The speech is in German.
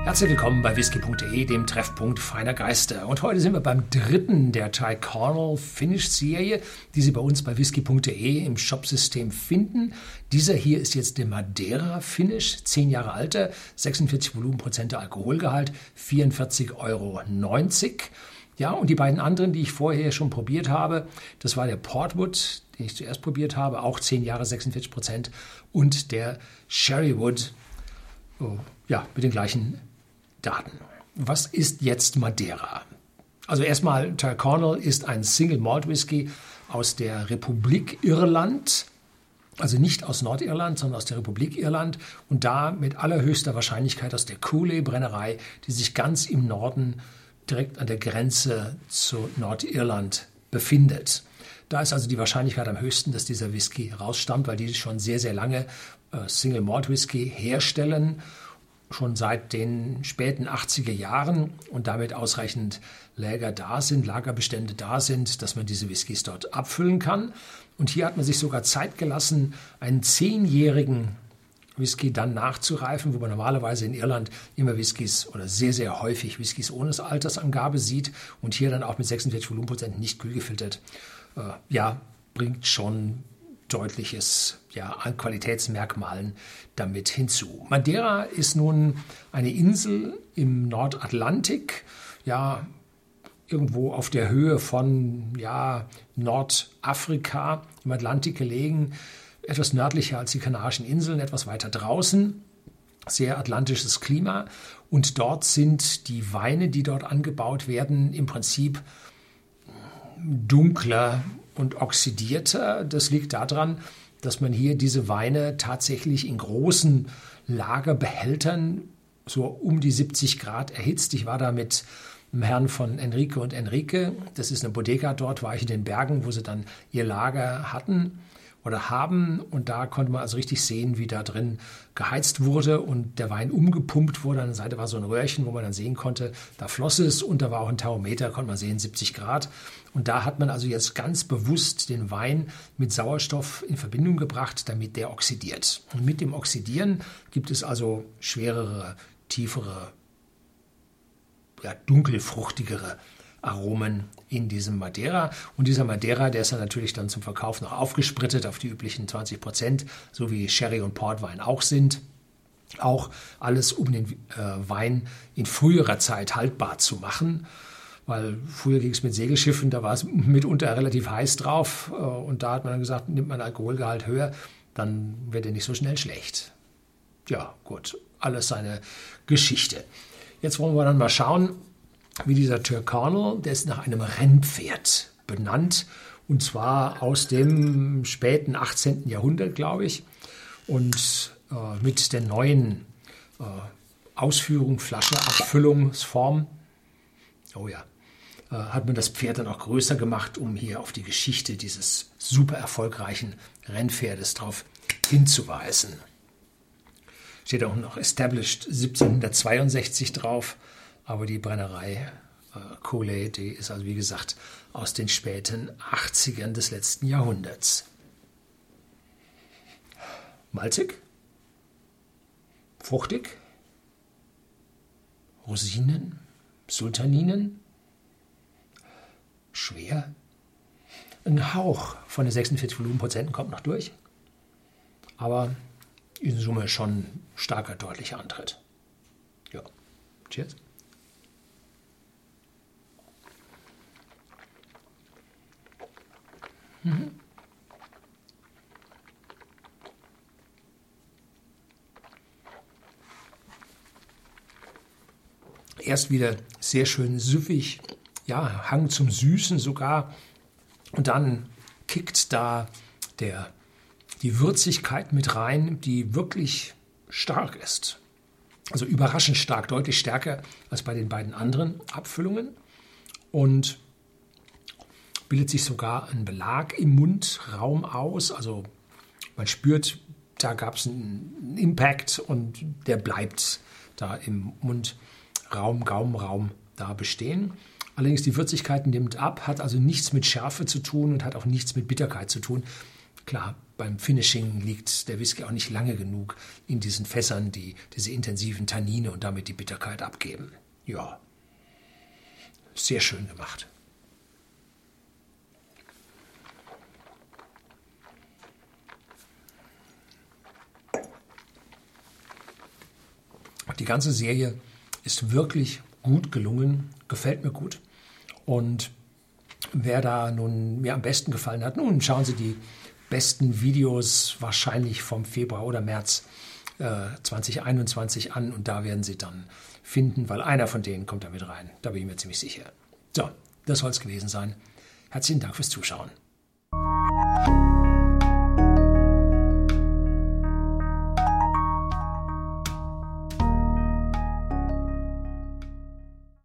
Herzlich willkommen bei whisky.de, dem Treffpunkt feiner Geister. Und heute sind wir beim dritten der Tyrconnell Finish Serie, die Sie bei uns bei whisky.de im Shopsystem finden. Dieser hier ist jetzt der Madeira Finish, 10 Jahre alter, 46 Volumenprozente Alkoholgehalt, 44,90 Euro. Ja, und die beiden anderen, die ich vorher schon probiert habe, das war der Portwood, den ich zuerst probiert habe, auch 10 Jahre, 46%, und der Sherrywood, mit den gleichen Daten. Was ist jetzt Madeira? Also erstmal, Tyrconnell ist ein Single Malt Whisky aus der Republik Irland, also nicht aus Nordirland, sondern aus der Republik Irland und da mit allerhöchster Wahrscheinlichkeit aus der Cooley Brennerei, die sich ganz im Norden direkt an der Grenze zu Nordirland befindet. Da ist also die Wahrscheinlichkeit am höchsten, dass dieser Whisky rausstammt, weil die schon sehr, sehr lange Single Malt Whisky herstellen, schon seit den späten 80er Jahren und damit ausreichend Lagerbestände da sind, dass man diese Whiskys dort abfüllen kann. Und hier hat man sich sogar Zeit gelassen, einen 10-jährigen Whisky dann nachzureifen, wo man normalerweise in Irland immer Whiskys oder sehr, sehr häufig Whiskys ohne Altersangabe sieht und hier dann auch mit 46 Volumenprozent nicht kühl gefiltert. Bringt schon deutliches an Qualitätsmerkmalen damit hinzu. Madeira ist nun eine Insel im Nordatlantik, irgendwo auf der Höhe von Nordafrika im Atlantik gelegen, etwas nördlicher als die Kanarischen Inseln, etwas weiter draußen, sehr atlantisches Klima und dort sind die Weine, die dort angebaut werden, im Prinzip dunkler und oxidierter. Das liegt daran, dass man hier diese Weine tatsächlich in großen Lagerbehältern so um die 70 Grad erhitzt. Ich war da mit einem Herrn von Enrique und Enrique, das ist eine Bodega, dort war ich in den Bergen, wo sie dann ihr Lager hatten oder haben und da konnte man also richtig sehen, wie da drin geheizt wurde und der Wein umgepumpt wurde. An der Seite war so ein Röhrchen, wo man dann sehen konnte, da floss es und da war auch ein Thermometer, konnte man sehen, 70 Grad. Und da hat man also jetzt ganz bewusst den Wein mit Sauerstoff in Verbindung gebracht, damit der oxidiert. Und mit dem Oxidieren gibt es also schwerere, tiefere, dunkelfruchtigere Aromen in diesem Madeira. Und dieser Madeira, der ist dann natürlich dann zum Verkauf noch aufgesprittet auf die üblichen 20%, so wie Sherry und Portwein auch sind. Auch alles, um den Wein in früherer Zeit haltbar zu machen. Weil früher ging es mit Segelschiffen, da war es mitunter relativ heiß drauf. Und da hat man dann gesagt, nimmt man Alkoholgehalt höher, dann wird er nicht so schnell schlecht. Ja, gut, alles seine Geschichte. Jetzt wollen wir dann mal schauen, wie dieser Tyrconnell, der ist nach einem Rennpferd benannt, und zwar aus dem späten 18. Jahrhundert, glaube ich. Und mit der neuen Ausführung, Flasche, Abfüllungsform, hat man das Pferd dann auch größer gemacht, um hier auf die Geschichte dieses super erfolgreichen Rennpferdes drauf hinzuweisen. Steht auch noch Established 1762 drauf. Aber die Brennerei Cooley, die ist also wie gesagt aus den späten 80ern des letzten Jahrhunderts. Malzig, fruchtig, Rosinen, Sultaninen, schwer. Ein Hauch von den 46 Volumenprozenten kommt noch durch, aber in Summe schon starker, deutlicher Antritt. Ja, cheers. Erst wieder sehr schön süffig, Hang zum Süßen sogar. Und dann kickt da die Würzigkeit mit rein, die wirklich stark ist. Also überraschend stark, deutlich stärker als bei den beiden anderen Abfüllungen. Und bildet sich sogar ein Belag im Mundraum aus. Also man spürt, da gab es einen Impact und der bleibt da im Mundraum, Gaumenraum da bestehen. Allerdings die Würzigkeit nimmt ab, hat also nichts mit Schärfe zu tun und hat auch nichts mit Bitterkeit zu tun. Klar, beim Finishing liegt der Whisky auch nicht lange genug in diesen Fässern, die diese intensiven Tannine und damit die Bitterkeit abgeben. Ja, sehr schön gemacht. Die ganze Serie ist wirklich gut gelungen, gefällt mir gut. Und wer da nun mir am besten gefallen hat, nun schauen Sie die besten Videos wahrscheinlich vom Februar oder März 2021 an und da werden Sie dann finden, weil einer von denen kommt da mit rein. Da bin ich mir ziemlich sicher. So, das soll es gewesen sein. Herzlichen Dank fürs Zuschauen.